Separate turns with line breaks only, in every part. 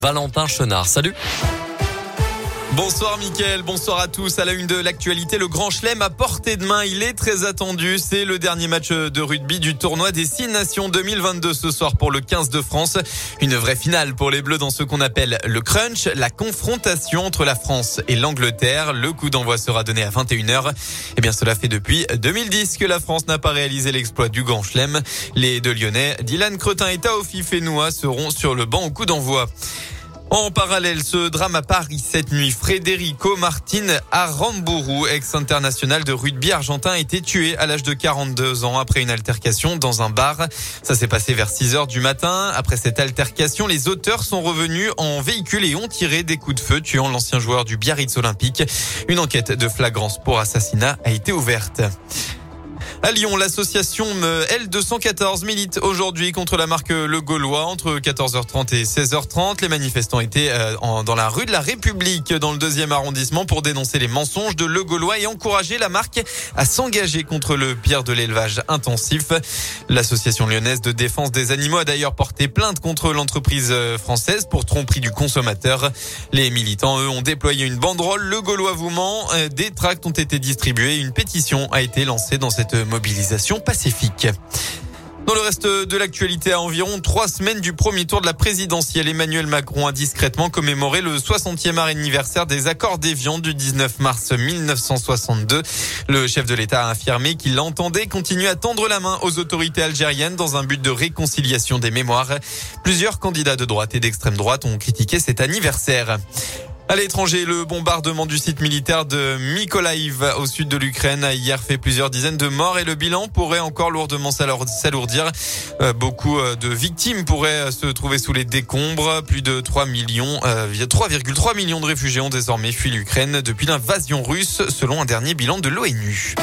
Valentin Chenard, salut.
Bonsoir Mickaël, bonsoir à tous. À la une de l'actualité, le Grand Chelem à portée de main. Il est très attendu. C'est le dernier match de rugby du tournoi des 6 Nations 2022 ce soir pour le 15 de France. Une vraie finale pour les Bleus dans ce qu'on appelle le crunch, la confrontation entre la France et l'Angleterre. Le coup d'envoi sera donné à 21h. Eh bien, cela fait depuis 2010 que la France n'a pas réalisé l'exploit du Grand Chelem. Les deux Lyonnais, Dylan Cretin et Taofi Fenoua, seront sur le banc au coup d'envoi. En parallèle, ce drame à Paris cette nuit. Federico Martin Aramburu, ex-international de rugby argentin, a été tué à l'âge de 42 ans après une altercation dans un bar. Ça s'est passé vers 6h du matin. Après cette altercation, les auteurs sont revenus en véhicule et ont tiré des coups de feu, tuant l'ancien joueur du Biarritz Olympique. Une enquête de flagrance pour assassinat a été ouverte. À Lyon, l'association L214 milite aujourd'hui contre la marque Le Gaulois entre 14h30 et 16h30. Les manifestants étaient dans la rue de la République dans le 2e arrondissement pour dénoncer les mensonges de Le Gaulois et encourager la marque à s'engager contre le pire de l'élevage intensif. L'association lyonnaise de défense des animaux a d'ailleurs porté plainte contre l'entreprise française pour tromperie du consommateur. Les militants, eux, ont déployé une banderole Le Gaulois vous ment. Des tracts ont été distribués. Une pétition a été lancée dans cette mobilisation pacifique. Dans le reste de l'actualité, à environ 3 semaines du premier tour de la présidentielle, Emmanuel Macron a discrètement commémoré le 60e anniversaire des accords d'Évian du 19 mars 1962. Le chef de l'État a affirmé qu'il entendait continuer à tendre la main aux autorités algériennes dans un but de réconciliation des mémoires. Plusieurs candidats de droite et d'extrême droite ont critiqué cet anniversaire. À l'étranger, le bombardement du site militaire de Mykolaiv au sud de l'Ukraine a hier fait plusieurs dizaines de morts et le bilan pourrait encore lourdement s'alourdir. Beaucoup de victimes pourraient se trouver sous les décombres. Plus de 3,3 millions de réfugiés ont désormais fui l'Ukraine depuis l'invasion russe, selon un dernier bilan de l'ONU.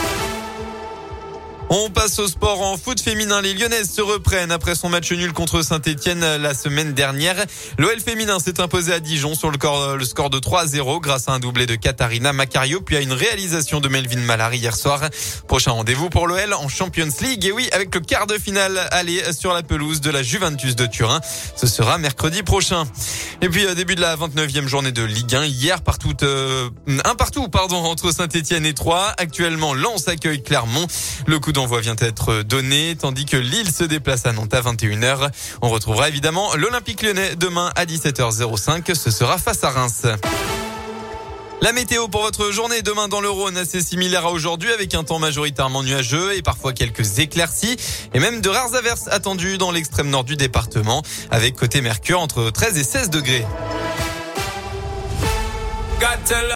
On passe au sport en foot féminin. Les Lyonnaises se reprennent après son match nul contre Saint-Etienne la semaine dernière. L'OL féminin s'est imposé à Dijon sur le score de 3-0 grâce à un doublé de Katharina Macario puis à une réalisation de Melvin Mallard hier soir. Prochain rendez-vous pour l'OL en Champions League. Et oui, avec le quart de finale aller sur la pelouse de la Juventus de Turin. Ce sera mercredi prochain. Et puis début de la 29e journée de Ligue 1. Hier, un partout entre Saint-Etienne et Troyes. Actuellement, Lens accueille Clermont. Le coup d'envoi vient d'être donné, tandis que Lille se déplace à Nantes à 21h. On retrouvera évidemment l'Olympique Lyonnais demain à 17h05. Ce sera face à Reims. La météo pour votre journée demain dans le Rhône, assez similaire à aujourd'hui avec un temps majoritairement nuageux et parfois quelques éclaircies et même de rares averses attendues dans l'extrême nord du département avec côté Mercure entre 13 et 16 degrés.